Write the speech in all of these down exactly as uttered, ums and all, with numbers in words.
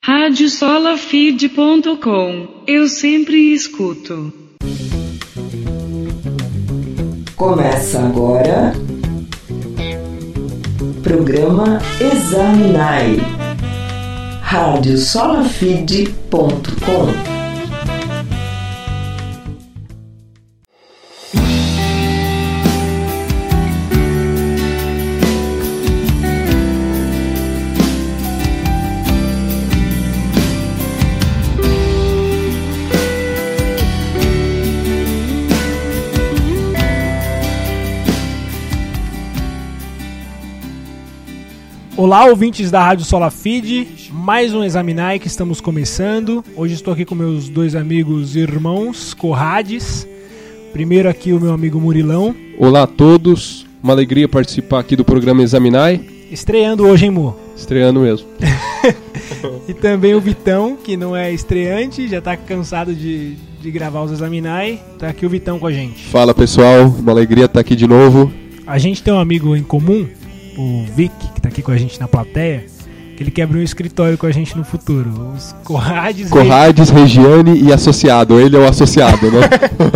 rádio sola feed ponto com. Eu sempre escuto. Começa agora programa Examinai, rádio sola feed ponto com. Olá, ouvintes da Rádio Sola Feed, mais um Examinai que estamos começando. Hoje estou aqui com meus dois amigos e irmãos, Corrades. Primeiro aqui o meu amigo Murilão. Olá a todos, uma alegria participar aqui do programa Examinai. Estreando hoje, hein, Mu? Estreando mesmo. E também o Vitão, que não é estreante, já está cansado de, de gravar os Examinai. Tá aqui o Vitão com a gente. Fala pessoal, uma alegria estar aqui de novo. A gente tem um amigo em comum, o Vic, que tá aqui com a gente na plateia, que ele quebra um escritório com a gente no futuro. Os Corrades... Corrades, Re... Regiane e associado. Ele é o associado, né?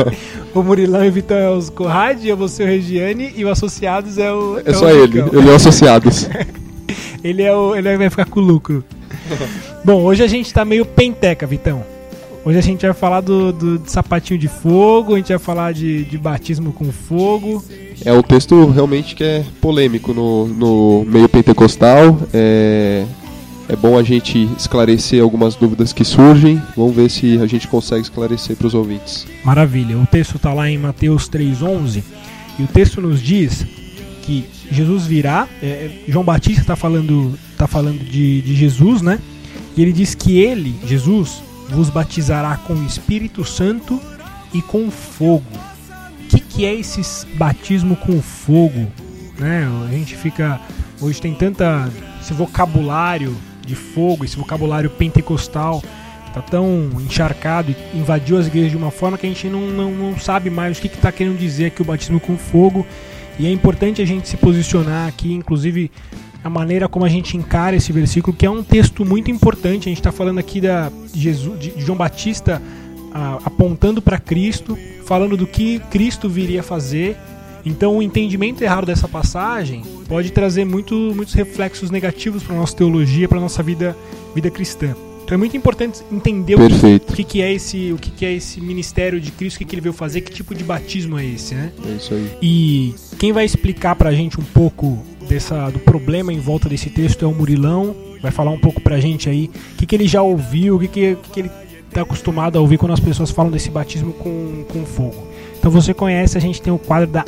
O Murilão e o Vitão é os Corrades, eu vou ser o Regiane e o associados é o... É, é só o ele, ele é o associados. ele, é o, ele vai ficar com o lucro. Bom, hoje a gente tá meio penteca, Vitão. Hoje a gente vai falar do, do, do sapatinho de fogo, a gente vai falar de, de batismo com fogo. É um texto realmente que é polêmico no, no meio pentecostal. É, é bom a gente esclarecer algumas dúvidas que surgem. Vamos ver se a gente consegue esclarecer para os ouvintes. Maravilha. O texto está lá em Mateus três, onze. E o texto nos diz que Jesus virá. É, João Batista está falando, tá falando de, de Jesus, né? E ele diz que ele, Jesus, vos batizará com o Espírito Santo e com fogo. O que, que é esse batismo com fogo? Né? A gente fica... Hoje tem tanta... Esse vocabulário de fogo, esse vocabulário pentecostal está tão encharcado e invadiu as igrejas de uma forma que a gente não, não, não sabe mais o que está que querendo dizer aqui o batismo com fogo. E é importante a gente se posicionar aqui, inclusive a maneira como a gente encara esse versículo, que é um texto muito importante. A gente está falando aqui da, de, Jesus, de João Batista a, apontando para Cristo, falando do que Cristo viria fazer. Então o entendimento errado dessa passagem pode trazer muito, muitos reflexos negativos para a nossa teologia, para a nossa vida, vida cristã. Então é muito importante entender o que, o, que, que, é esse, o que, que é esse ministério de Cristo, o que, que ele veio fazer, que tipo de batismo é esse, né? É isso aí. E quem vai explicar para a gente um pouco dessa, do problema em volta desse texto é o Murilão. Vai falar um pouco para a gente aí o que, que ele já ouviu, o que, que, que, que ele está acostumado a ouvir quando as pessoas falam desse batismo com, com fogo. Então você conhece, a gente tem o quadro da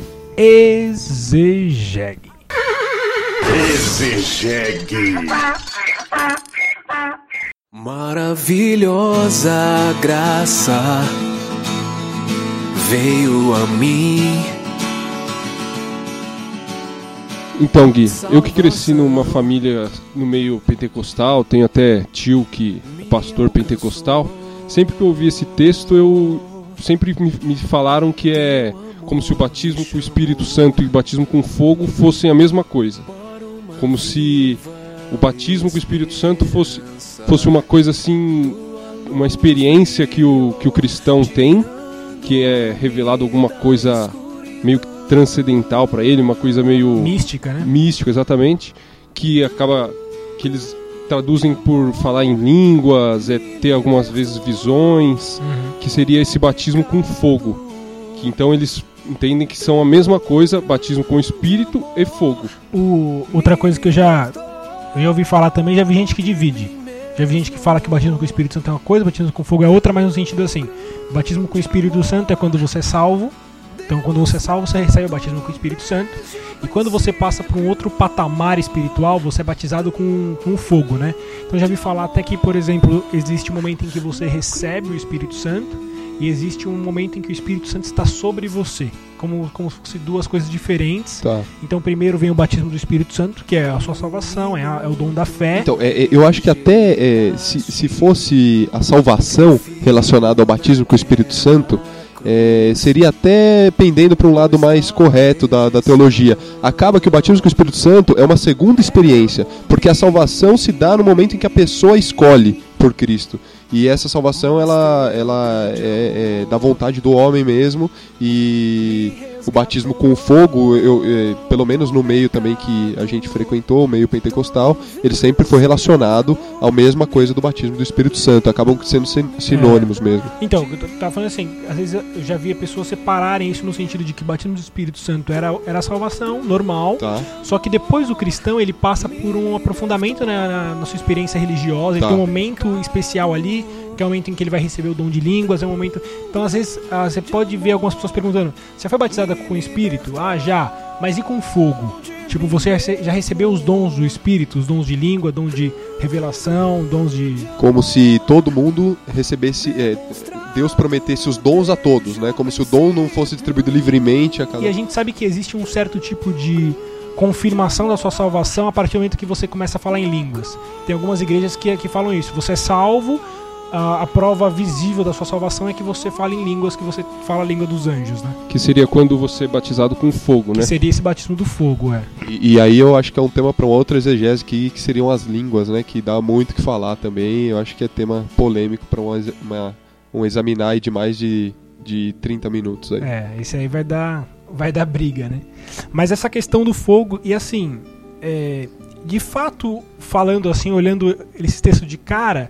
Exegeg. Exegeg. Maravilhosa graça veio a mim. Então, Gui, eu que cresci numa família no meio pentecostal, tenho até tio que é pastor pentecostal. Sempre que eu ouvi esse texto, eu sempre me, me falaram que é como se o batismo com o Espírito Santo e o batismo com fogo fossem a mesma coisa. Como se o batismo com o Espírito Santo fosse, fosse uma coisa assim, uma experiência que o, que o cristão tem, que é revelado alguma coisa meio transcendental para ele, uma coisa meio... mística, né? Mística, exatamente. Que acaba... que eles traduzem por falar em línguas, é ter algumas vezes visões, uhum. Que seria esse batismo com fogo. Que então eles entendem que são a mesma coisa, batismo com espírito e fogo. O, outra coisa que eu já, eu já ouvi falar também, já vi gente que divide. Já vi gente que fala que o batismo com o Espírito Santo é uma coisa, o batismo com fogo é outra, mas no sentido assim, o batismo com o Espírito Santo é quando você é salvo. Então quando você é salvo, você recebe o batismo com o Espírito Santo. E quando você passa para um outro patamar espiritual, você é batizado com, com fogo, né? Então já vi falar até que, por exemplo, existe um momento em que você recebe o Espírito Santo e existe um momento em que o Espírito Santo está sobre você, como, como se fossem duas coisas diferentes. Tá. Então primeiro vem o batismo do Espírito Santo, que é a sua salvação, é, a, é o dom da fé. Então, é, eu acho que até é, se, se fosse a salvação relacionada ao batismo com o Espírito Santo, É, seria até pendendo para um lado mais correto da, da teologia. Acaba que o batismo com o Espírito Santo é uma segunda experiência, porque a salvação se dá no momento em que a pessoa escolhe por Cristo. E essa salvação, ela, ela é, é da vontade do homem mesmo, e o batismo com fogo, eu, eu, pelo menos no meio também que a gente frequentou, o meio pentecostal, ele sempre foi relacionado à mesma coisa do batismo do Espírito Santo, acabam sendo sinônimos é. mesmo. Então, eu tava falando assim, às vezes eu já via pessoas separarem isso no sentido de que o batismo do Espírito Santo era, era a salvação normal, tá. Só que depois o cristão, ele passa por um aprofundamento, né, na, na sua experiência religiosa, tá. Ele tem um momento especial ali, que é o momento em que ele vai receber o dom de línguas, é um momento... Então, às vezes, ah, você pode ver algumas pessoas perguntando, você foi batizada com o Espírito? Ah, já. Mas e com fogo? Tipo, você já recebeu os dons do Espírito, os dons de língua, dons de revelação, dons de... Como se todo mundo recebesse... É, Deus prometesse os dons a todos, né? Como se o dom não fosse distribuído livremente a cada... E a gente sabe que existe um certo tipo de confirmação da sua salvação a partir do momento que você começa a falar em línguas. Tem algumas igrejas que, que falam isso. Você é salvo... A, a prova visível da sua salvação é que você fala em línguas, que você fala a língua dos anjos, né? Que seria quando você é batizado com fogo, né? Que seria esse batismo do fogo, é. E, e aí eu acho que é um tema para uma outra exegese que, que seriam as línguas, né? Que dá muito o que falar também. Eu acho que é tema polêmico para uma, uma, um examinar aí de mais de, de trinta minutos aí. É, esse aí vai dar, vai dar briga, né? Mas essa questão do fogo, e assim, é, de fato, falando assim, olhando esses textos de cara...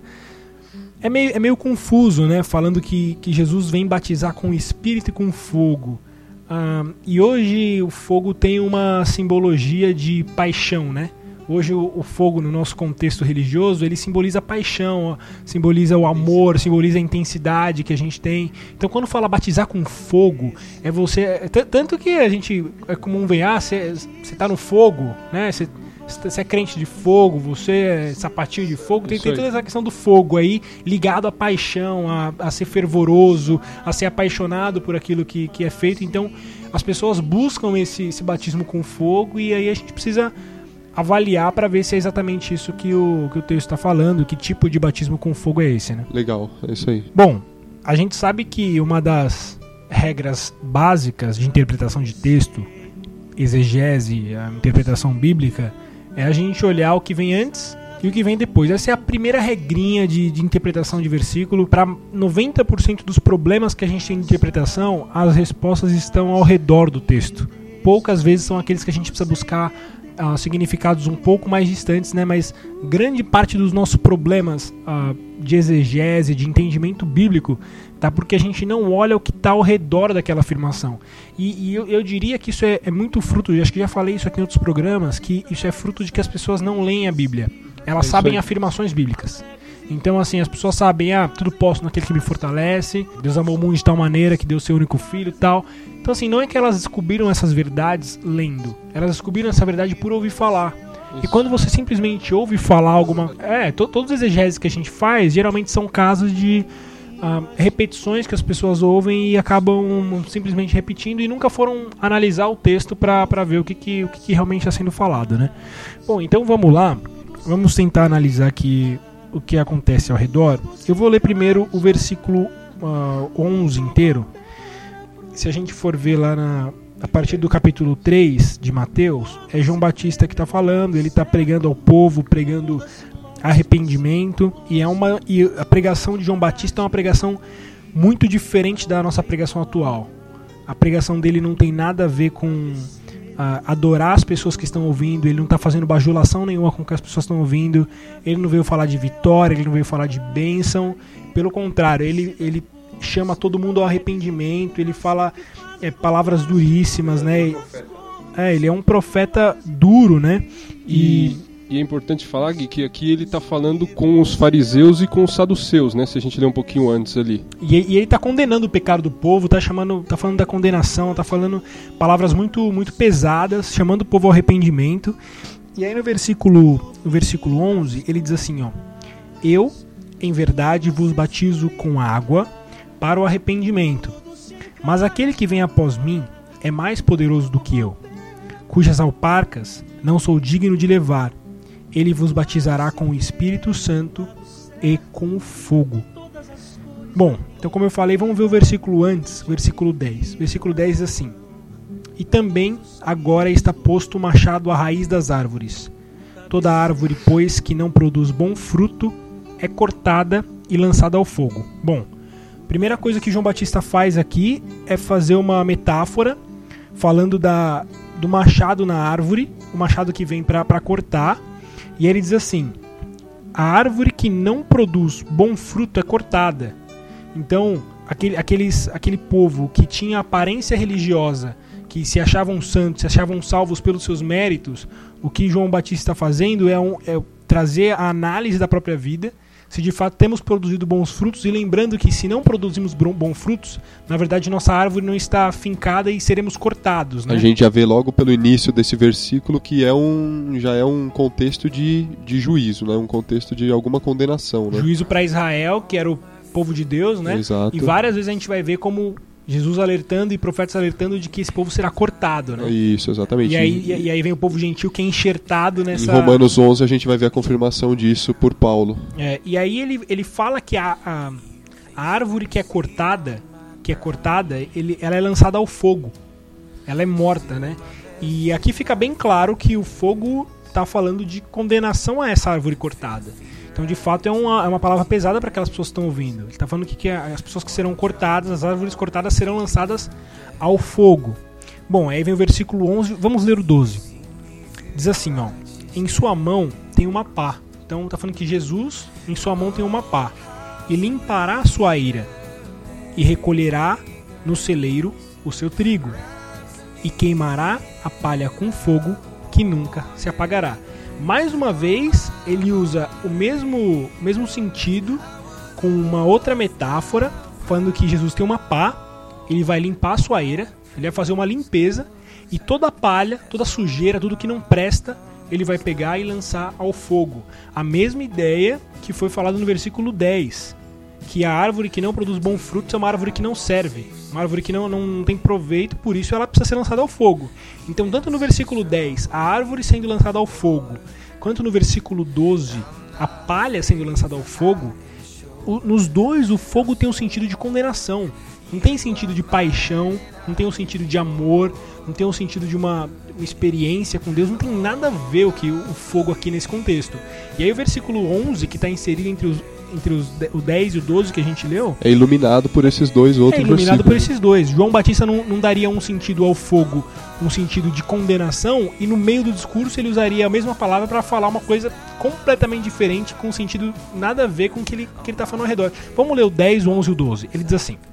É meio, é meio confuso, né? Falando que, que Jesus vem batizar com espírito e com fogo. Ah, e hoje o fogo tem uma simbologia de paixão, né? Hoje o, o fogo, no nosso contexto religioso, ele simboliza a paixão, ó, simboliza o amor, simboliza a intensidade que a gente tem. Então, quando fala batizar com fogo, é você... É, t- tanto que a gente... É comum ver, ah, você tá no fogo, né? Você... Você é crente de fogo, você é sapatinho de fogo, tem, tem toda essa questão do fogo aí, ligado à paixão, a, a ser fervoroso, a ser apaixonado por aquilo que, que é feito. Então, as pessoas buscam esse, esse batismo com fogo, e aí a gente precisa avaliar para ver se é exatamente isso que o, que o texto está falando, que tipo de batismo com fogo é esse, né? Legal, é isso aí. Bom, a gente sabe que uma das regras básicas de interpretação de texto, exegese, a interpretação bíblica, é a gente olhar o que vem antes e o que vem depois. Essa é a primeira regrinha de, de interpretação de versículo. Para noventa por cento dos problemas que a gente tem de interpretação, as respostas estão ao redor do texto. Poucas vezes são aqueles que a gente precisa buscar uh, significados um pouco mais distantes, né? Mas grande parte dos nossos problemas uh, de exegese, de entendimento bíblico, tá? Porque a gente não olha o que está ao redor daquela afirmação. E, e eu, eu diria que isso é, é muito fruto, eu acho que já falei isso aqui em outros programas, que isso é fruto de que as pessoas não leem a Bíblia. Elas é sabem afirmações bíblicas. Então, assim, as pessoas sabem, ah, tudo posso naquele que me fortalece, Deus amou o mundo de tal maneira que deu seu único filho e tal. Então, assim, não é que elas descobriram essas verdades lendo, elas descobriram essa verdade por ouvir falar. Isso. E quando você simplesmente ouve falar alguma... É, to, todos os exegeses que a gente faz, geralmente são casos de uh, repetições que as pessoas ouvem e acabam simplesmente repetindo e nunca foram analisar o texto para ver o, que, que, o que, que realmente está sendo falado, né? Bom, então vamos lá, vamos tentar analisar aqui o que acontece ao redor. Eu vou ler primeiro o versículo uh, onze inteiro. Se a gente for ver lá na, a partir do capítulo três de Mateus, é João Batista que está falando, ele está pregando ao povo, pregando arrependimento, e, é uma, e a pregação de João Batista é uma pregação muito diferente da nossa pregação atual. A pregação dele não tem nada a ver com Uh, adorar as pessoas que estão ouvindo, ele não está fazendo bajulação nenhuma com o que as pessoas estão ouvindo, ele não veio falar de vitória, ele não veio falar de bênção, pelo contrário, ele, ele chama todo mundo ao arrependimento, ele fala é, palavras duríssimas, né? É, ele é um profeta duro, né? E... e... E é importante falar, Gui, que aqui ele está falando com os fariseus e com os saduceus, né? Se a gente ler um pouquinho antes ali. E, e ele está condenando o pecado do povo, está chamando, tá falando da condenação, está falando palavras muito, muito pesadas, chamando o povo ao arrependimento. E aí no versículo, no versículo onze, ele diz assim, ó: eu, em verdade, vos batizo com água para o arrependimento, mas aquele que vem após mim é mais poderoso do que eu, cujas alparcas não sou digno de levar. Ele vos batizará com o Espírito Santo e com fogo. Bom, então como eu falei, vamos ver o versículo antes, versículo dez. Versículo dez diz assim: e também agora está posto o machado à raiz das árvores. Toda árvore, pois, que não produz bom fruto, é cortada e lançada ao fogo. Bom, a primeira coisa que João Batista faz aqui é fazer uma metáfora falando da, do machado na árvore, o machado que vem para cortar, e ele diz assim: a árvore que não produz bom fruto é cortada. Então, aquele, aqueles, aquele povo que tinha aparência religiosa, que se achavam santos, se achavam salvos pelos seus méritos, o que João Batista está fazendo é, um, é trazer a análise da própria vida, se de fato temos produzido bons frutos, e lembrando que se não produzimos bons frutos, na verdade nossa árvore não está fincada e seremos cortados, né? A gente já vê logo pelo início desse versículo que é um, já é um contexto de, de juízo, né? Um contexto de alguma condenação, né? Juízo para Israel, que era o povo de Deus, né? Exato. E várias vezes a gente vai ver como Jesus alertando e profetas alertando de que esse povo será cortado, né? Isso, exatamente. E aí, e aí vem o povo gentil que é enxertado nessa... Em Romanos onze a gente vai ver a confirmação disso por Paulo. É, e aí ele, ele fala que a, a, a árvore que é cortada, que é cortada, ele, ela é lançada ao fogo. Ela é morta, né? E aqui fica bem claro que o fogo está falando de condenação a essa árvore cortada. Então, de fato, é uma, é uma palavra pesada para aquelas pessoas que estão ouvindo. Ele está falando que, que as pessoas que serão cortadas, as árvores cortadas, serão lançadas ao fogo. Bom, aí vem o versículo onze, vamos ler o doze. Diz assim, ó: em sua mão tem uma pá. Então, está falando que Jesus, em sua mão tem uma pá. E limpará a sua ira, e recolherá no celeiro o seu trigo, e queimará a palha com fogo, que nunca se apagará. Mais uma vez, ele usa o mesmo, mesmo sentido com uma outra metáfora, falando que Jesus tem uma pá, ele vai limpar a sua eira, ele vai fazer uma limpeza, e toda a palha, toda a sujeira, tudo que não presta, ele vai pegar e lançar ao fogo. A mesma ideia que foi falada no versículo dez, que a árvore que não produz bom fruto é uma árvore que não serve, uma árvore que não, não tem proveito, por isso ela precisa ser lançada ao fogo. Então, tanto no versículo dez, a árvore sendo lançada ao fogo, quanto no versículo doze, a palha sendo lançada ao fogo, o, nos dois o fogo tem um sentido de condenação. Não tem sentido de paixão, não tem um sentido de amor, não tem um sentido de uma, uma experiência com Deus, não tem nada a ver o que o, o fogo aqui nesse contexto. E aí o versículo onze, que está inserido entre os entre os, o dez e o doze que a gente leu, é iluminado por esses dois outros versículos. É iluminado versículos. por esses dois. João Batista não, não daria um sentido ao fogo, um sentido de condenação, e no meio do discurso ele usaria a mesma palavra para falar uma coisa completamente diferente, com um sentido nada a ver com o que ele que ele está falando ao redor. Vamos ler o dez, o onze e o doze. Ele diz assim: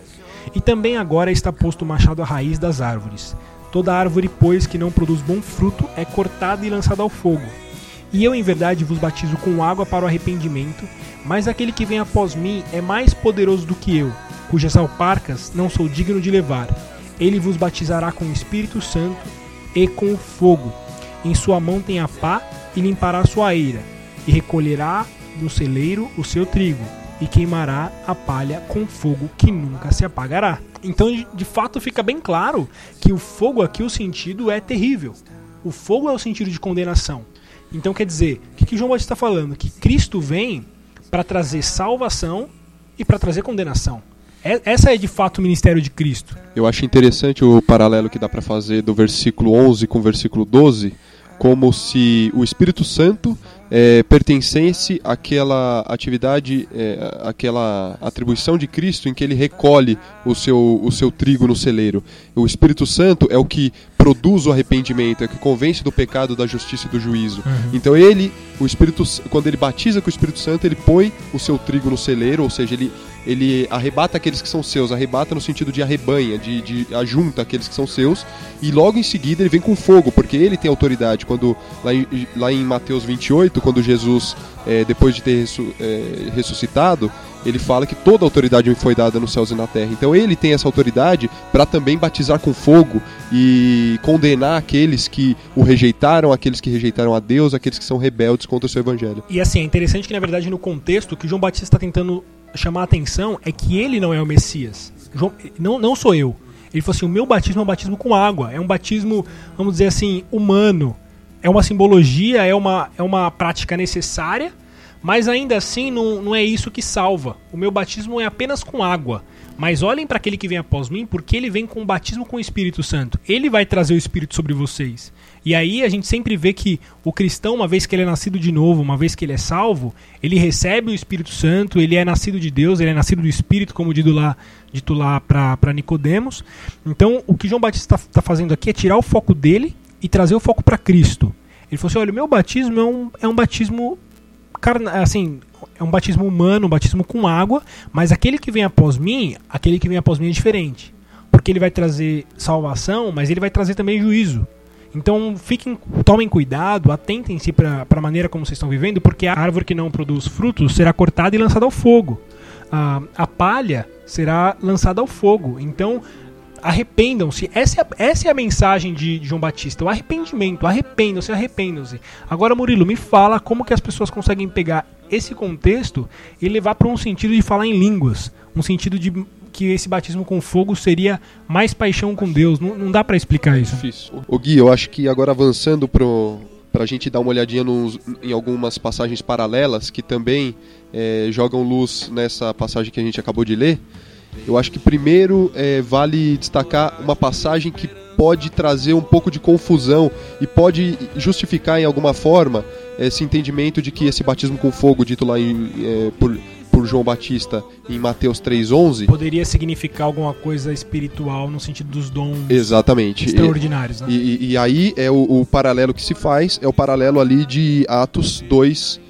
e também agora está posto o machado à raiz das árvores. Toda árvore, pois, que não produz bom fruto, é cortada e lançada ao fogo. E eu, em verdade, vos batizo com água para o arrependimento, mas aquele que vem após mim é mais poderoso do que eu, cujas alparcas não sou digno de levar. Ele vos batizará com o Espírito Santo e com o fogo. Em sua mão tem a pá, e limpará a sua eira, e recolherá no celeiro o seu trigo, e queimará a palha com fogo que nunca se apagará. Então, de fato, fica bem claro que o fogo aqui, o sentido é terrível. O fogo é o sentido de condenação. Então, quer dizer, o que, que João Batista está falando? Que Cristo vem para trazer salvação e para trazer condenação. Essa é, de fato, o ministério de Cristo. Eu acho interessante o paralelo que dá para fazer do versículo onze com o versículo doze, como se o Espírito Santo é, pertencesse àquela atividade, é, àquela atribuição de Cristo em que ele recolhe o seu, o seu trigo no celeiro. O Espírito Santo é o que produz o arrependimento, é o que convence do pecado, da justiça e do juízo. Uhum. Então ele, o Espírito, quando ele batiza com o Espírito Santo, ele põe o seu trigo no celeiro, ou seja, ele, ele arrebata aqueles que são seus, arrebata no sentido de arrebanha, de, de ajunta aqueles que são seus, e logo em seguida ele vem com fogo, porque ele tem autoridade. Quando lá em, lá em Mateus vinte e oito, quando Jesus, é, depois de ter ressu, é, ressuscitado, ele fala que toda a autoridade me foi dada nos céus e na terra. Então ele tem essa autoridade para também batizar com fogo e condenar aqueles que o rejeitaram, aqueles que rejeitaram a Deus, aqueles que são rebeldes contra o seu evangelho. E assim, é interessante que, na verdade, no contexto, o que João Batista está tentando chamar a atenção é que ele não é o Messias. João, não, não sou eu. Ele falou assim, o meu batismo é um batismo com água. É um batismo, vamos dizer assim, humano. É uma simbologia, é uma, é uma prática necessária, Mas ainda assim não, não é isso que salva. O meu batismo é apenas com água. Mas olhem para aquele que vem após mim, porque ele vem com o batismo com o Espírito Santo. Ele vai trazer o Espírito sobre vocês. E aí a gente sempre vê que o cristão, uma vez que ele é nascido de novo, uma vez que ele é salvo, ele recebe o Espírito Santo, ele é nascido de Deus, ele é nascido do Espírito, como dito lá, dito lá para Nicodemos. Então o que João Batista está tá fazendo aqui é tirar o foco dele e trazer o foco para Cristo. Ele falou assim, olha, o meu batismo é um, é um batismo... assim, é um batismo humano, um batismo com água, mas aquele que vem após mim, aquele que vem após mim é diferente, porque ele vai trazer salvação, mas ele vai trazer também juízo. Então fiquem, tomem cuidado, atentem-se para a maneira como vocês estão vivendo, porque a árvore que não produz frutos será cortada e lançada ao fogo. A, a palha será lançada ao fogo. Então arrependam-se. Essa é, a, essa é a mensagem de, de João Batista, o arrependimento. Arrependam-se, arrependam-se. Agora, Murilo, me fala como que as pessoas conseguem pegar esse contexto e levar para um sentido de falar em línguas, um sentido de que esse batismo com fogo seria mais paixão com Deus. Não, não dá para explicar isso. Difícil. O Gui, eu acho que agora avançando pro para a gente dar uma olhadinha nos, em algumas passagens paralelas que também é, jogam luz nessa passagem que a gente acabou de ler. Eu acho que primeiro é, vale destacar uma passagem que pode trazer um pouco de confusão e pode justificar em alguma forma esse entendimento de que esse batismo com fogo dito lá em, é, por, por João Batista em Mateus três onze poderia significar alguma coisa espiritual no sentido dos dons exatamente extraordinários, né? e, e, e aí é o, o paralelo que se faz é o paralelo ali de Atos dois,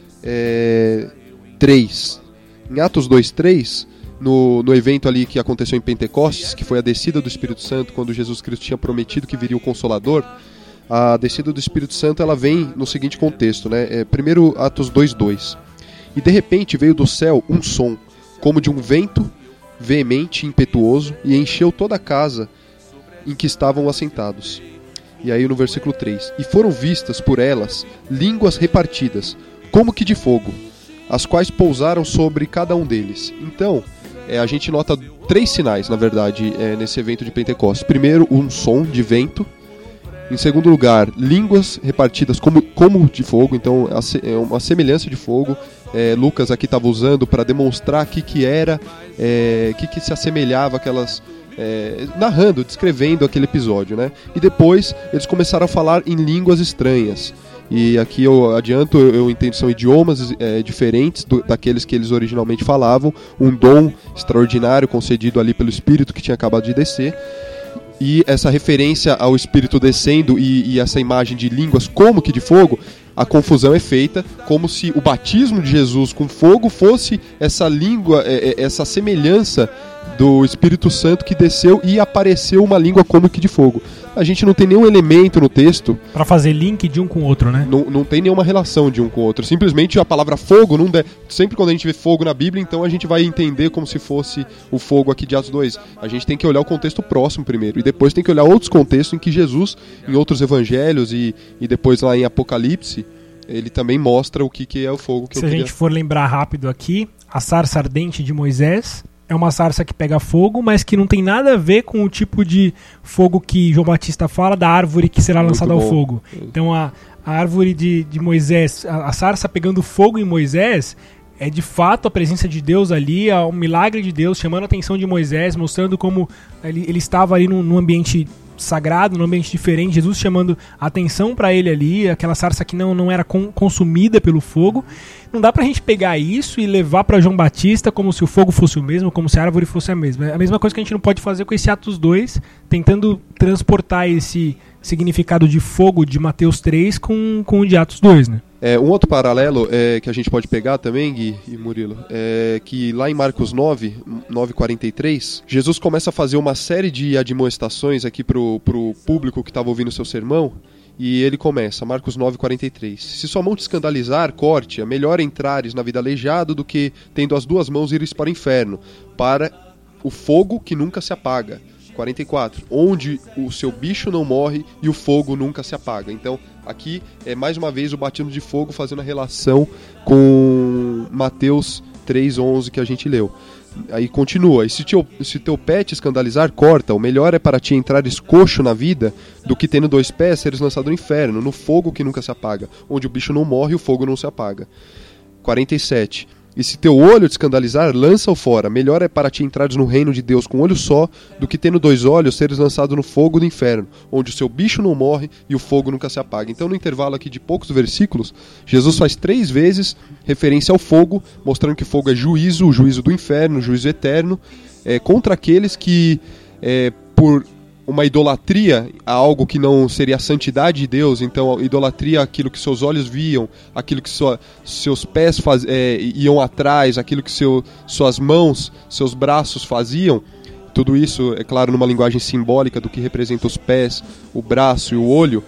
três. Em Atos dois, três, No, no evento ali que aconteceu em Pentecostes, que foi a descida do Espírito Santo, quando Jesus Cristo tinha prometido que viria o Consolador, a descida do Espírito Santo ela vem no seguinte contexto, né? É, primeiro Atos dois, dois. E de repente veio do céu um som, como de um vento veemente e impetuoso, e encheu toda a casa em que estavam assentados. E aí no versículo três. E foram vistas por elas línguas repartidas, como que de fogo, as quais pousaram sobre cada um deles. Então, é, a gente nota três sinais, na verdade, é, nesse evento de Pentecostes. Primeiro, um som de vento. Em segundo lugar, línguas repartidas como, como de fogo, então é uma semelhança de fogo. É, Lucas aqui estava usando para demonstrar o que, que era, é, que, que se assemelhava aquelas... É, narrando, descrevendo aquele episódio, né? E depois eles começaram a falar em línguas estranhas. E aqui eu adianto, eu, eu entendo são idiomas é, diferentes do, daqueles que eles originalmente falavam, um dom extraordinário concedido ali pelo Espírito que tinha acabado de descer. E essa referência ao Espírito descendo e, e essa imagem de línguas como que de fogo, a confusão é feita como se o batismo de Jesus com fogo fosse essa língua, essa semelhança do Espírito Santo que desceu e apareceu uma língua como que de fogo. A gente não tem nenhum elemento no texto para fazer link de um com o outro, né? Não, não tem nenhuma relação de um com o outro. Simplesmente a palavra fogo, não de... sempre quando a gente vê fogo na Bíblia, então a gente vai entender como se fosse o fogo aqui de Atos dois. A gente tem que olhar o contexto próximo primeiro, e depois tem que olhar outros contextos em que Jesus, em outros evangelhos e, e depois lá em Apocalipse, ele também mostra o que, que é o fogo que Se eu a queria... gente for lembrar rápido aqui, a sarça ardente de Moisés é uma sarça que pega fogo, mas que não tem nada a ver com o tipo de fogo que João Batista fala da árvore que será lançada ao fogo. Então a, a árvore de, de Moisés, a, a sarça pegando fogo em Moisés, é de fato a presença de Deus ali, é um milagre de Deus chamando a atenção de Moisés, mostrando como ele, ele estava ali num, num ambiente sagrado, num ambiente diferente, Jesus chamando a atenção para ele ali, aquela sarça que não, não era com, consumida pelo fogo. Não dá pra gente pegar isso e levar pra João Batista como se o fogo fosse o mesmo, como se a árvore fosse a mesma. É a mesma coisa que a gente não pode fazer com esse Atos dois, tentando transportar esse significado de fogo de Mateus três com, com o de Atos dois, né? É, um outro paralelo é, que a gente pode pegar também, Gui e Murilo, é que lá em Marcos nove, nove, quarenta e três, Jesus começa a fazer uma série de admoestações aqui pro, pro público que estava ouvindo o seu sermão, e ele começa, Marcos nove, quarenta e três. Se sua mão te escandalizar, corte, é melhor entrares na vida aleijado do que, tendo as duas mãos, ires para o inferno, para o fogo que nunca se apaga. quarenta e quatro. Onde o seu bicho não morre e o fogo nunca se apaga. Então, aqui é mais uma vez o batismo de fogo fazendo a relação com Mateus três, onze que a gente leu. Aí continua, e se teu, se teu pé te escandalizar, corta, o melhor é para ti entrares coxo na vida, do que tendo dois pés seres lançado no inferno, no fogo que nunca se apaga, onde o bicho não morre e o fogo não se apaga. quarenta e sete. E se teu olho te escandalizar, lança-o fora. Melhor é para ti entrares no reino de Deus com um olho só, do que tendo dois olhos, seres lançado no fogo do inferno, onde o seu bicho não morre e o fogo nunca se apaga. Então, no intervalo aqui de poucos versículos, Jesus faz três vezes referência ao fogo, mostrando que fogo é juízo, o juízo do inferno, o juízo eterno, é, contra aqueles que, é, por uma idolatria a algo que não seria a santidade de Deus, então idolatria aquilo que seus olhos viam, aquilo que sua, seus pés faz, é, iam atrás, aquilo que seu, suas mãos, seus braços faziam, tudo isso, é claro, numa linguagem simbólica do que representa os pés, o braço e o olho.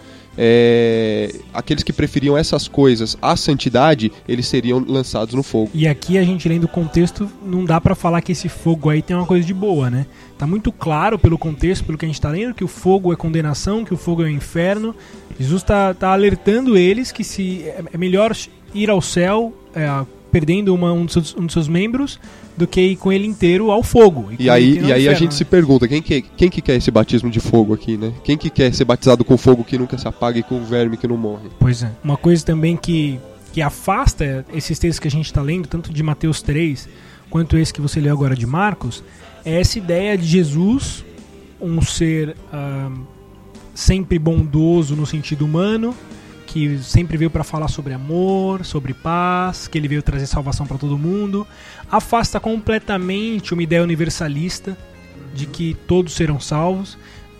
É, aqueles que preferiam essas coisas à santidade, eles seriam lançados no fogo. E aqui a gente lendo o contexto, não dá pra falar que esse fogo aí tem uma coisa de boa, né? Tá muito claro pelo contexto, pelo que a gente tá lendo, que o fogo é condenação, que o fogo é o inferno. Jesus tá, tá alertando eles que se é melhor ir ao céu é, perdendo uma, um, dos seus, um dos seus membros do que ir com ele inteiro ao fogo. E, e aí, e aí inferno, a gente, né, se pergunta, quem que, quem que quer esse batismo de fogo aqui, né? Quem que quer ser batizado com fogo que nunca se apaga e com verme que não morre? Pois é. Uma coisa também que, que afasta esses textos que a gente está lendo, tanto de Mateus três quanto esse que você leu agora de Marcos, é essa ideia de Jesus, um ser ah, sempre bondoso no sentido humano, que sempre veio para falar sobre amor, sobre paz, que ele veio trazer salvação para todo mundo, afasta completamente uma ideia universalista de que todos serão salvos.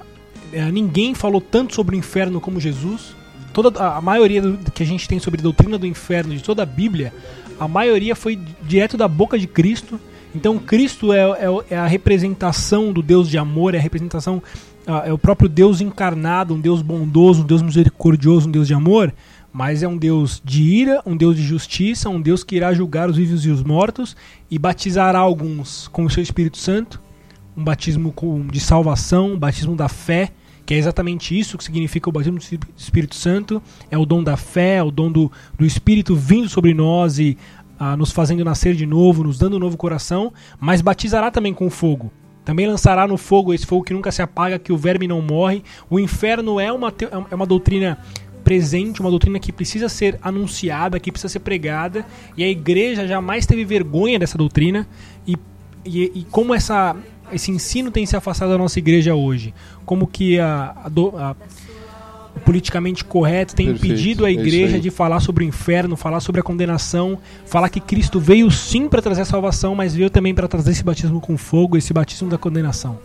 É, ninguém falou tanto sobre o inferno como Jesus. Toda a maioria do, que a gente tem sobre a doutrina do inferno de toda a Bíblia, a maioria foi direto da boca de Cristo. Então Cristo é, é, é a representação do Deus de amor, é a representação, é o próprio Deus encarnado, um Deus bondoso, um Deus misericordioso, um Deus de amor, mas é um Deus de ira, um Deus de justiça, um Deus que irá julgar os vivos e os mortos e batizará alguns com o seu Espírito Santo, um batismo de salvação, um batismo da fé, que é exatamente isso que significa o batismo do Espírito Santo, é o dom da fé, é o dom do, do Espírito vindo sobre nós e ah, nos fazendo nascer de novo, nos dando um novo coração, mas batizará também com fogo. Também lançará no fogo esse fogo que nunca se apaga, que o verme não morre. O inferno é uma, é uma doutrina presente, uma doutrina que precisa ser anunciada, que precisa ser pregada, e a igreja jamais teve vergonha dessa doutrina, e, e, e como essa, esse ensino tem se afastado da nossa igreja hoje, como que a, a, do, a o politicamente correto tem Perfeito, impedido a igreja é de falar sobre o inferno, falar sobre a condenação, falar que Cristo veio sim para trazer a salvação, mas veio também para trazer esse batismo com fogo, esse batismo da condenação.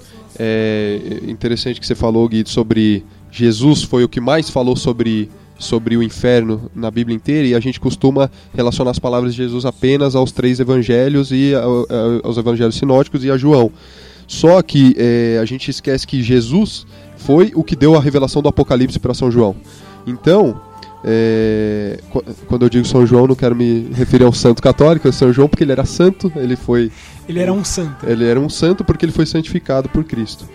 É interessante que você falou, Gui, sobre Jesus foi o que mais falou sobre, sobre o inferno na Bíblia inteira, e a gente costuma relacionar as palavras de Jesus apenas aos três evangelhos e aos evangelhos sinóticos e a João. Só que é, a gente esquece que Jesus foi o que deu a revelação do Apocalipse para São João. Então, é, quando eu digo São João, não quero me referir ao santo católico, é São João porque ele era santo, ele foi... Ele era um santo. Ele era um santo porque ele foi santificado por Cristo.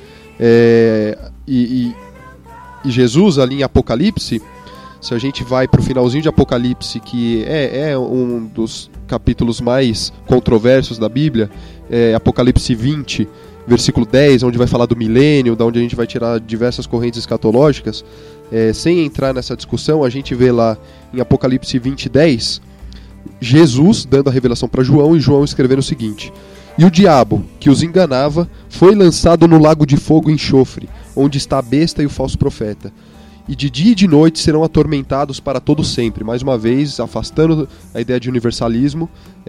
É, e, e, e Jesus, ali em Apocalipse, se a gente vai para o finalzinho de Apocalipse, que é, é um dos capítulos mais controversos da Bíblia, é Apocalipse vinte, versículo dez, onde vai falar do milênio, da onde a gente vai tirar diversas correntes escatológicas, é, sem entrar nessa discussão, a gente vê lá em Apocalipse vinte, dez, Jesus dando a revelação para João, e João escrevendo o seguinte: e o diabo, que os enganava, foi lançado no lago de fogo e enxofre, onde está a besta e o falso profeta. E de dia e de noite serão atormentados para todo sempre. Mais uma vez, afastando a ideia de universalismo,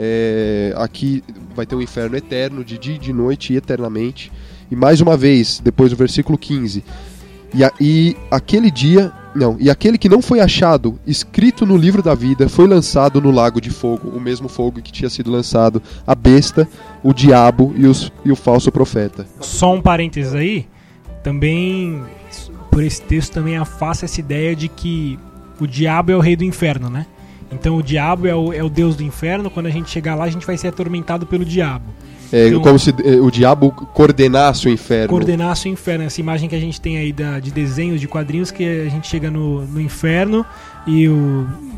é, aqui vai ter um inferno eterno, de dia e de noite e eternamente. E mais uma vez, depois do versículo quinze, e, a, e aquele dia, não, e aquele que não foi achado escrito no livro da vida foi lançado no lago de fogo, o mesmo fogo que tinha sido lançado a besta, o diabo e, os, e o falso profeta. Só um parênteses aí, também... por esse texto também afasta essa ideia de que o diabo é o rei do inferno, né? Então o diabo é o, é o deus do inferno, quando a gente chegar lá a gente vai ser atormentado pelo diabo. É então, como se o diabo coordenasse o inferno. Coordenasse o inferno, essa imagem que a gente tem aí da, de desenhos, de quadrinhos, que a gente chega no, no inferno e o,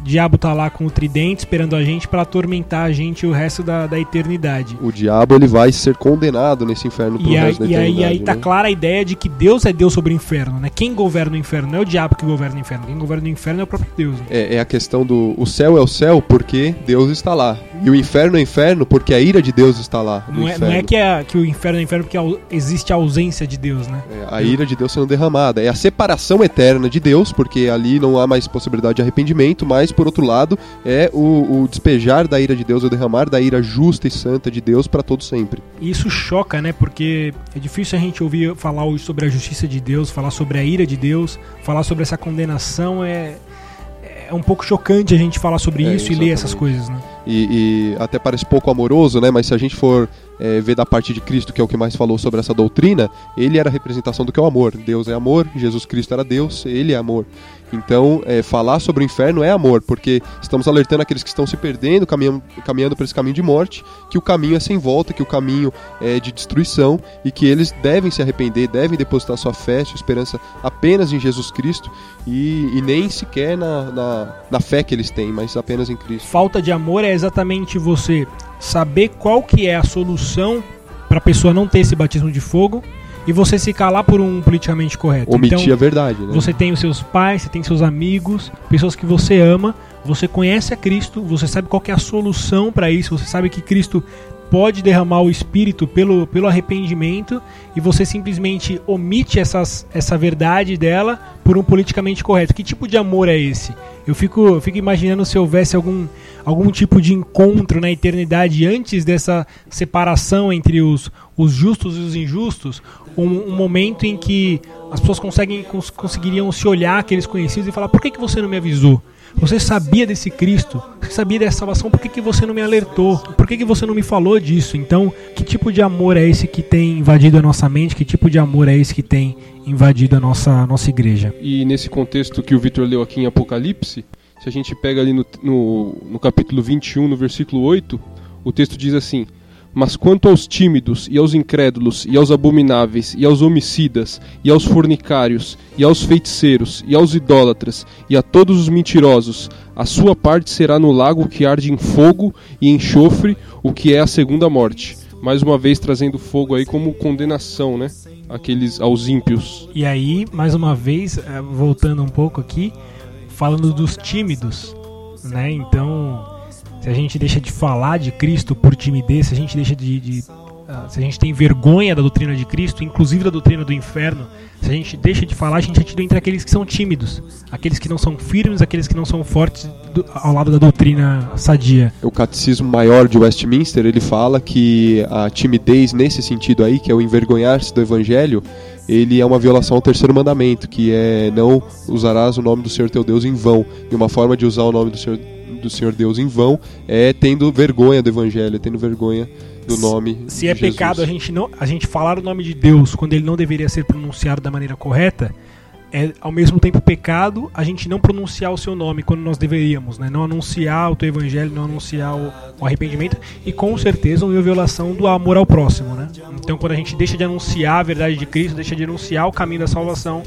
diabo tá lá com o tridente esperando a gente para atormentar a gente o resto da, da eternidade. O diabo ele vai ser condenado nesse inferno pro E aí, resto da e aí, eternidade. aí tá né? clara a ideia de que Deus é Deus sobre o inferno, né? Quem governa o inferno não é o diabo que governa o inferno, quem governa o inferno é o próprio Deus. Né? É, é a questão do... O céu é o céu porque Deus está lá. E o inferno é o inferno porque a ira de Deus está lá no Não é, inferno. não é que, é que o inferno é o inferno porque au- existe a ausência de Deus, né? É, a ira de Deus sendo derramada. É a separação eterna de Deus, porque ali não há mais possibilidade de arrependimento, mas, por outro lado, é o, o despejar da ira de Deus, o derramar da ira justa e santa de Deus para todo sempre. E isso choca, né? Porque é difícil a gente ouvir falar hoje sobre a justiça de Deus, falar sobre a ira de Deus, falar sobre essa condenação. É, é um pouco chocante a gente falar sobre É, isso e ler essas coisas, né? E, e até parece pouco amoroso, né? Mas se a gente for é, ver da parte de Cristo, que é o que mais falou sobre essa doutrina, ele era a representação do que é o amor. Deus é amor, Jesus Cristo era Deus, ele é amor. Então, é, falar sobre o inferno é amor, porque estamos alertando aqueles que estão se perdendo, caminhando, caminhando por esse caminho de morte, que o caminho é sem volta, que o caminho é de destruição e que eles devem se arrepender, devem depositar sua fé, sua esperança apenas em Jesus Cristo e, e nem sequer na, na, na fé que eles têm, mas apenas em Cristo. Falta de amor é exatamente você saber qual que é a solução para a pessoa não ter esse batismo de fogo e você se calar por um politicamente correto. Omitir então, a verdade, né? Você tem os seus pais, você tem seus amigos, pessoas que você ama, você conhece a Cristo, você sabe qual que é a solução para isso, você sabe que Cristo pode derramar o Espírito pelo, pelo arrependimento e você simplesmente omite essas, essa verdade dela por um politicamente correto. Que tipo de amor é esse? Eu fico, eu fico imaginando se houvesse algum, algum tipo de encontro na eternidade antes dessa separação entre os, os justos e os injustos, um, um momento em que as pessoas conseguem, cons, conseguiriam se olhar aqueles conhecidos e falar: por que, que você não me avisou? Você sabia desse Cristo, você sabia dessa salvação, por que, que você não me alertou? Por que, que você não me falou disso? Então, que tipo de amor é esse que tem invadido a nossa mente? Que tipo de amor é esse que tem invadido a nossa, a nossa igreja? E nesse contexto que o Vitor leu aqui em Apocalipse, se a gente pega ali no, no, no capítulo vinte e um, no versículo oito, o texto diz assim: mas quanto aos tímidos, e aos incrédulos, e aos abomináveis, e aos homicidas, e aos fornicários, e aos feiticeiros, e aos idólatras, e a todos os mentirosos, a sua parte será no lago que arde em fogo e enxofre, o que é a segunda morte. Mais uma vez trazendo fogo aí como condenação, né? Aqueles, aos ímpios. E aí, mais uma vez, voltando um pouco aqui, falando dos tímidos, né? Então, se a gente deixa de falar de Cristo por timidez, se a gente deixa de, de uh, se a gente tem vergonha da doutrina de Cristo, inclusive da doutrina do inferno, se a gente deixa de falar, a gente atira entre aqueles que são tímidos, aqueles que não são firmes, aqueles que não são fortes do, ao lado da doutrina sadia. O Catecismo Maior de Westminster, ele fala que a timidez nesse sentido aí, que é o envergonhar-se do Evangelho, ele é uma violação ao terceiro mandamento, que é: não usarás o nome do Senhor teu Deus em vão. E uma forma de usar o nome do Senhor do Senhor Deus em vão é tendo vergonha do Evangelho, tendo vergonha do nome Se de é Jesus. pecado a gente, não, a gente falar o nome de Deus quando ele não deveria ser pronunciado da maneira correta, é ao mesmo tempo pecado a gente não pronunciar o seu nome quando nós deveríamos, né? Não anunciar o teu Evangelho, não anunciar o, o arrependimento, e com certeza uma violação do amor ao próximo, né? Então, quando a gente deixa de anunciar a verdade de Cristo, deixa de anunciar o caminho da salvação,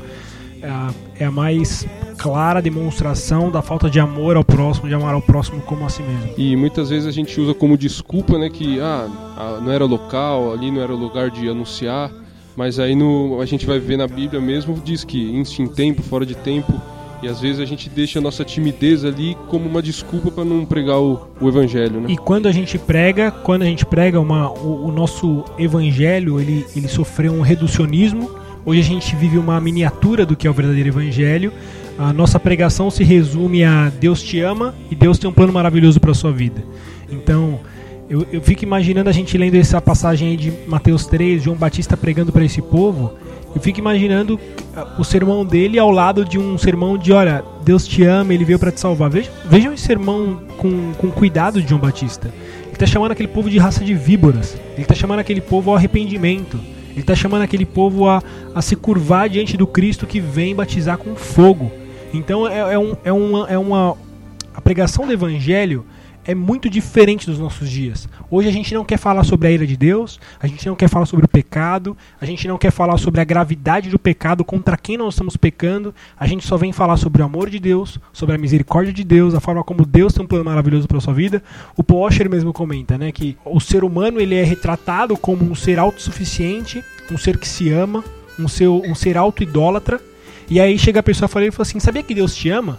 é a mais clara demonstração da falta de amor ao próximo, de amar ao próximo como a si mesmo. E muitas vezes a gente usa como desculpa, né, que ah, não era local, ali não era lugar de anunciar, mas aí no, a gente vai ver na Bíblia mesmo, diz que em tempo, fora de tempo, e às vezes a gente deixa a nossa timidez ali como uma desculpa para não pregar o, o Evangelho, né? E quando a gente prega, quando a gente prega uma, o, o nosso Evangelho, ele, ele sofreu um reducionismo. Hoje a gente vive uma miniatura do que é o verdadeiro Evangelho. A nossa pregação se resume a: Deus te ama e Deus tem um plano maravilhoso para a sua vida. Então, eu, eu fico imaginando a gente lendo essa passagem aí de Mateus três, João Batista pregando para esse povo. Eu fico imaginando o sermão dele ao lado de um sermão de: olha, Deus te ama, ele veio para te salvar. Vejam, vejam esse sermão com, com cuidado de João Batista. Ele está chamando aquele povo de raça de víboras. Ele está chamando aquele povo ao arrependimento. Ele está chamando aquele povo a, a se curvar diante do Cristo que vem batizar com fogo. Então é, é, um, é, uma, é uma... A pregação do Evangelho é muito diferente dos nossos dias. Hoje a gente não quer falar sobre a ira de Deus, a gente não quer falar sobre o pecado, a gente não quer falar sobre a gravidade do pecado, contra quem nós estamos pecando, a gente só vem falar sobre o amor de Deus, sobre a misericórdia de Deus, a forma como Deus tem um plano maravilhoso para a sua vida. O Paul Washer mesmo comenta, né, que o ser humano ele é retratado como um ser autossuficiente, um ser que se ama, um ser, um ser auto-idólatra, e aí chega a pessoa e fala, e fala assim, sabia que Deus te ama?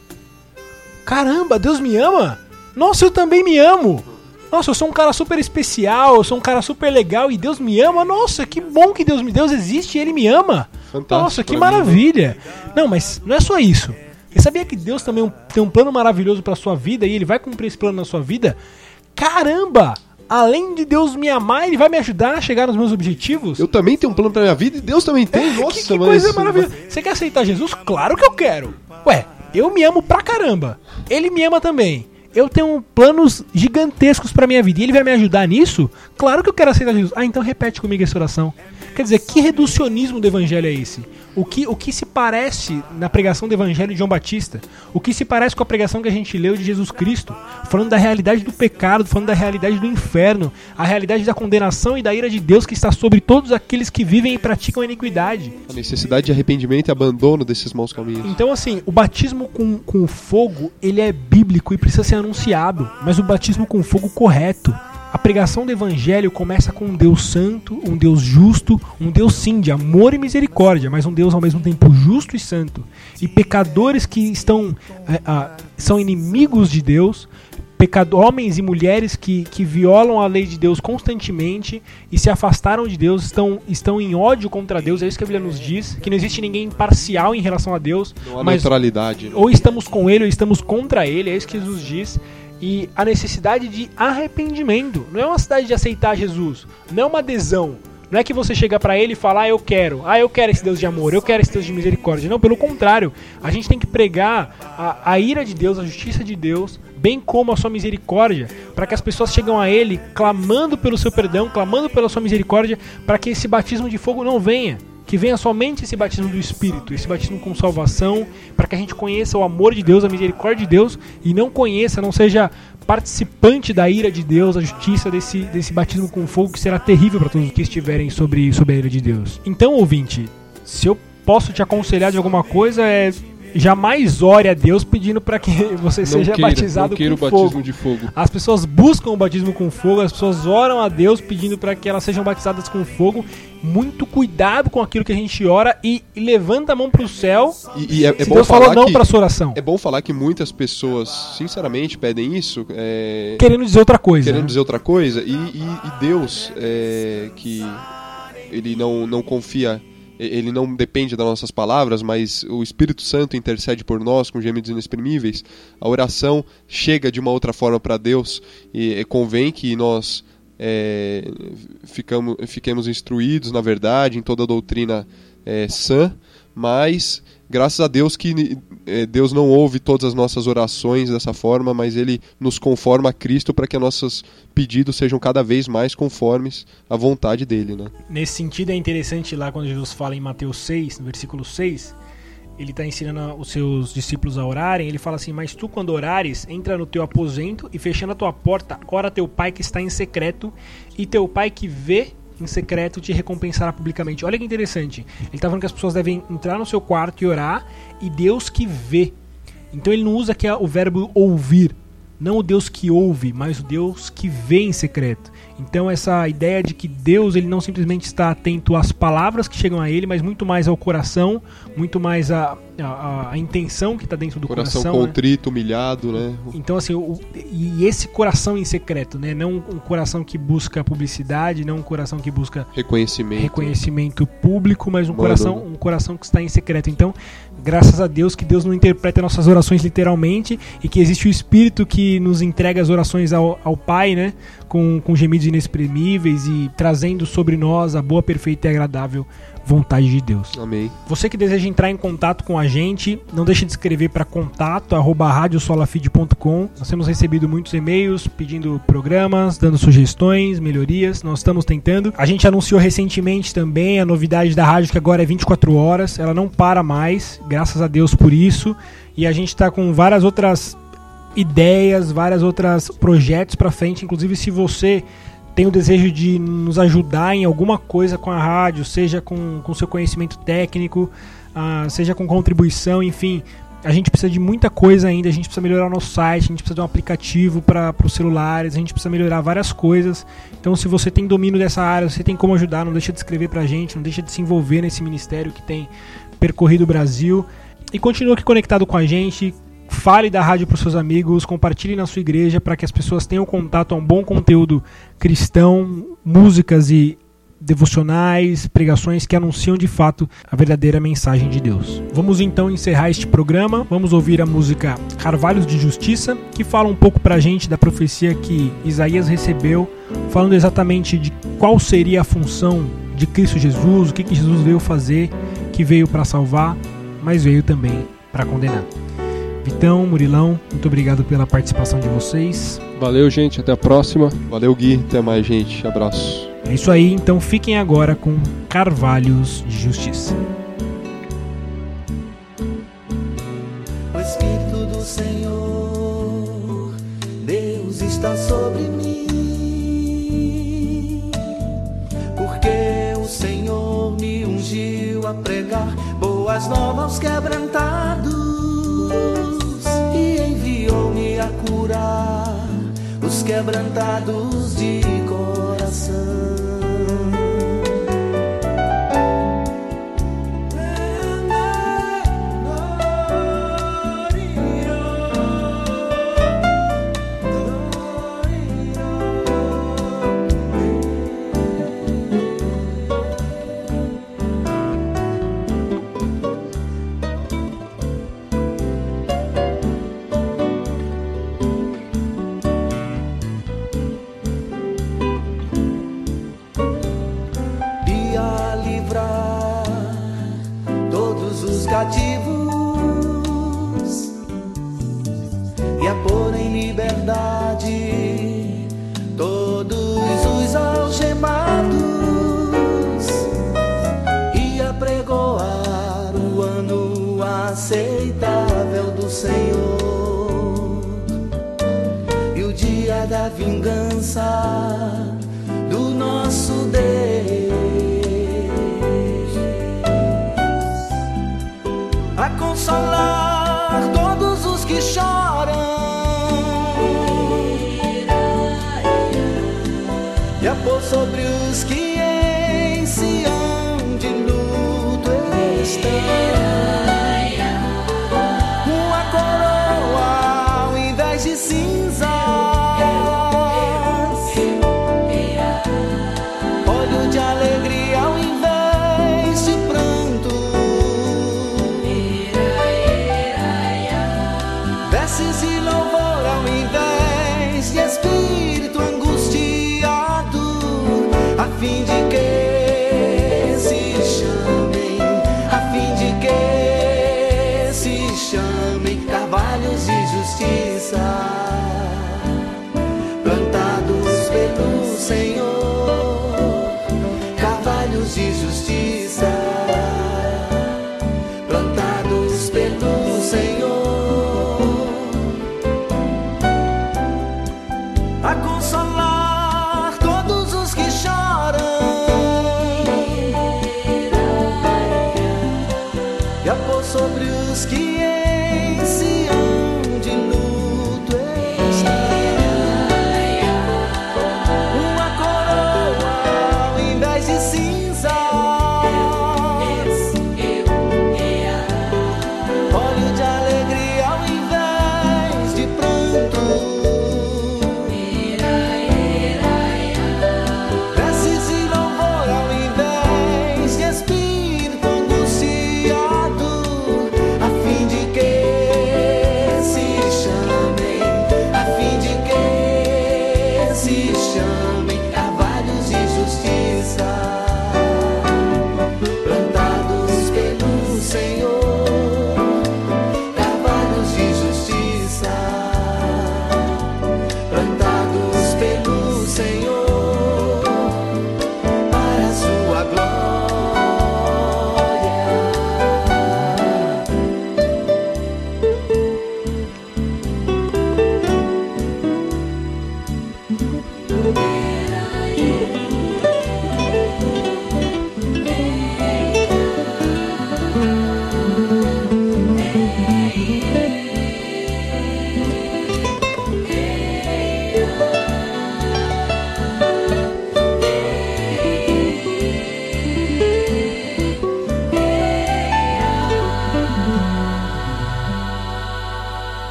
Caramba, Deus me ama? Nossa, eu também me amo! Nossa, eu sou um cara super especial, eu sou um cara super legal e Deus me ama? Nossa, que bom que Deus me Deus existe e Ele me ama! Fantástico. Nossa, que maravilha! Mim. Não, mas não é só isso. Você sabia que Deus também tem um plano maravilhoso pra sua vida e Ele vai cumprir esse plano na sua vida? Caramba! Além de Deus me amar, Ele vai me ajudar a chegar nos meus objetivos? Eu também tenho um plano pra minha vida e Deus também tem. É, Nossa, que, que coisa maravilhosa. Você quer aceitar Jesus? Claro que eu quero. Ué, eu me amo pra caramba. Ele me ama também. Eu tenho planos gigantescos pra minha vida e Ele vai me ajudar nisso? Claro que eu quero aceitar Jesus. Ah, então repete comigo essa oração. Quer dizer, que reducionismo do evangelho é esse? O que, o que se parece na pregação do evangelho de João Batista? O que se parece com a pregação que a gente leu de Jesus Cristo? Falando da realidade do pecado, falando da realidade do inferno, a realidade da condenação e da ira de Deus que está sobre todos aqueles que vivem e praticam a iniquidade. A necessidade de arrependimento e abandono desses maus caminhos. Então assim, o batismo com, com fogo, ele é bíblico e precisa ser anunciado, mas o batismo com fogo correto. A pregação do evangelho começa com um Deus santo, um Deus justo, um Deus sim de amor e misericórdia, mas um Deus ao mesmo tempo justo e santo. E pecadores que estão, é, é, são inimigos de Deus, pecado, homens e mulheres que, que violam a lei de Deus constantemente e se afastaram de Deus, estão, estão em ódio contra Deus. É isso que a Bíblia nos diz, que não existe ninguém imparcial em relação a Deus. Não há mas neutralidade. Né? Ou estamos com Ele ou estamos contra Ele, é isso que Jesus diz. E a necessidade de arrependimento. Não é uma necessidade de aceitar Jesus. Não é uma adesão. Não é que você chega pra Ele e fala, ah, eu quero. Ah, eu quero esse Deus de amor. Eu quero esse Deus de misericórdia. Não, pelo contrário. A gente tem que pregar a, a ira de Deus, a justiça de Deus, bem como a sua misericórdia, para que as pessoas chegam a Ele clamando pelo seu perdão, clamando pela sua misericórdia, para que esse batismo de fogo não venha. Que venha somente esse batismo do Espírito, esse batismo com salvação, para que a gente conheça o amor de Deus, a misericórdia de Deus, e não conheça, não seja participante da ira de Deus, a justiça desse, desse batismo com fogo, que será terrível para todos que estiverem sobre, sobre a ira de Deus. Então, ouvinte, se eu posso te aconselhar de alguma coisa, é... jamais ore a Deus pedindo para que você não seja queira, batizado não queira com o batismo fogo. De fogo. As pessoas buscam o batismo com fogo, as pessoas oram a Deus pedindo para que elas sejam batizadas com fogo. Muito cuidado com aquilo que a gente ora e, e levanta a mão pro céu. E, e é, é se bom Deus falar falou não que, para sua oração. É bom falar que muitas pessoas, sinceramente, pedem isso. É... Querendo dizer outra coisa. Querendo né? dizer outra coisa. E, e, e Deus, é, que Ele não, não confia... Ele não depende das nossas palavras, mas o Espírito Santo intercede por nós com gemidos inexprimíveis. A oração chega de uma outra forma para Deus e convém que nós é, ficamos, fiquemos instruídos, na verdade, em toda a doutrina é, sã, mas graças a Deus que é, Deus não ouve todas as nossas orações dessa forma, mas Ele nos conforma a Cristo para que nossos pedidos sejam cada vez mais conformes à vontade dEle. Né? Nesse sentido é interessante lá quando Jesus fala em Mateus seis, no versículo seis, Ele está ensinando os seus discípulos a orarem, Ele fala assim, mas tu quando orares, entra no teu aposento e fechando a tua porta, ora teu Pai que está em secreto, e teu Pai que vê em secreto te recompensará publicamente. Olha que interessante. Ele está falando que as pessoas devem entrar no seu quarto e orar, e Deus que vê. Então ele não usa aqui o verbo ouvir. Não o Deus que ouve, mas o Deus que vê em secreto. Então essa ideia de que Deus ele não simplesmente está atento às palavras que chegam a Ele, mas muito mais ao coração, muito mais a, a, a intenção que está dentro do coração. Coração contrito, né? humilhado, né? Então assim, o, e esse coração em secreto, né? Não um coração que busca publicidade, não um coração que busca reconhecimento, reconhecimento público, mas um Mano, coração, né? um coração que está em secreto. Então, graças a Deus que Deus não interpreta nossas orações literalmente e que existe o Espírito que nos entrega as orações ao, ao Pai, né? Com, com gemidos inexprimíveis e trazendo sobre nós a boa, perfeita e agradável vontade de Deus. Amém. Você que deseja entrar em contato com a gente, não deixe de escrever para contato arroba rádio solafide ponto com. Nós temos recebido muitos e-mails pedindo programas, dando sugestões, melhorias. Nós estamos tentando. A gente anunciou recentemente também a novidade da rádio, que agora é vinte e quatro horas. Ela não para mais, graças a Deus por isso. E a gente está com várias outras ideias, várias outras projetos para frente. Inclusive, se você tem o desejo de nos ajudar em alguma coisa com a rádio, seja com o seu conhecimento técnico, uh, seja com contribuição, enfim, a gente precisa de muita coisa ainda. A gente precisa melhorar o nosso site, a gente precisa de um aplicativo para os celulares, a gente precisa melhorar várias coisas. Então, se você tem domínio dessa área, você tem como ajudar, não deixa de escrever pra gente, não deixa de se envolver nesse ministério que tem percorrido o Brasil. E continua aqui conectado com a gente. Fale da rádio para os seus amigos, compartilhe na sua igreja para que as pessoas tenham contato a um bom conteúdo cristão, músicas e devocionais, pregações que anunciam de fato a verdadeira mensagem de Deus. Vamos então encerrar este programa. Vamos ouvir a música Carvalhos de Justiça, que fala um pouco pra gente da profecia que Isaías recebeu, falando exatamente de qual seria a função de Cristo Jesus, o que, que Jesus veio fazer, que veio para salvar, mas veio também para condenar. Vitão, Murilão, muito obrigado pela participação de vocês. Valeu, gente, até a próxima. Valeu, Gui, até mais, gente, abraço. É isso aí, então fiquem agora com Carvalhos de Justiça. O Espírito do Senhor, Deus está sobre mim, porque o Senhor me ungiu a pregar boas novas aos quebrantados e enviou-me a curar os quebrantados de coração. Cativos e a pôr em liberdade todos os algemados e a pregoar o ano aceitável do Senhor e o dia da vingança do nosso Deus, a consolar todos os que choram e a pôr sobre os que em Sião de luto estão uma coroa ao invés de cinzas, óleo de alegria ao invés de pranto, vestes e louvor ao invés de espírito angustiado, a fim de que se chamem, a fim de que se chamem carvalhos de justiça, plantados pelo Senhor, carvalhos de justiça.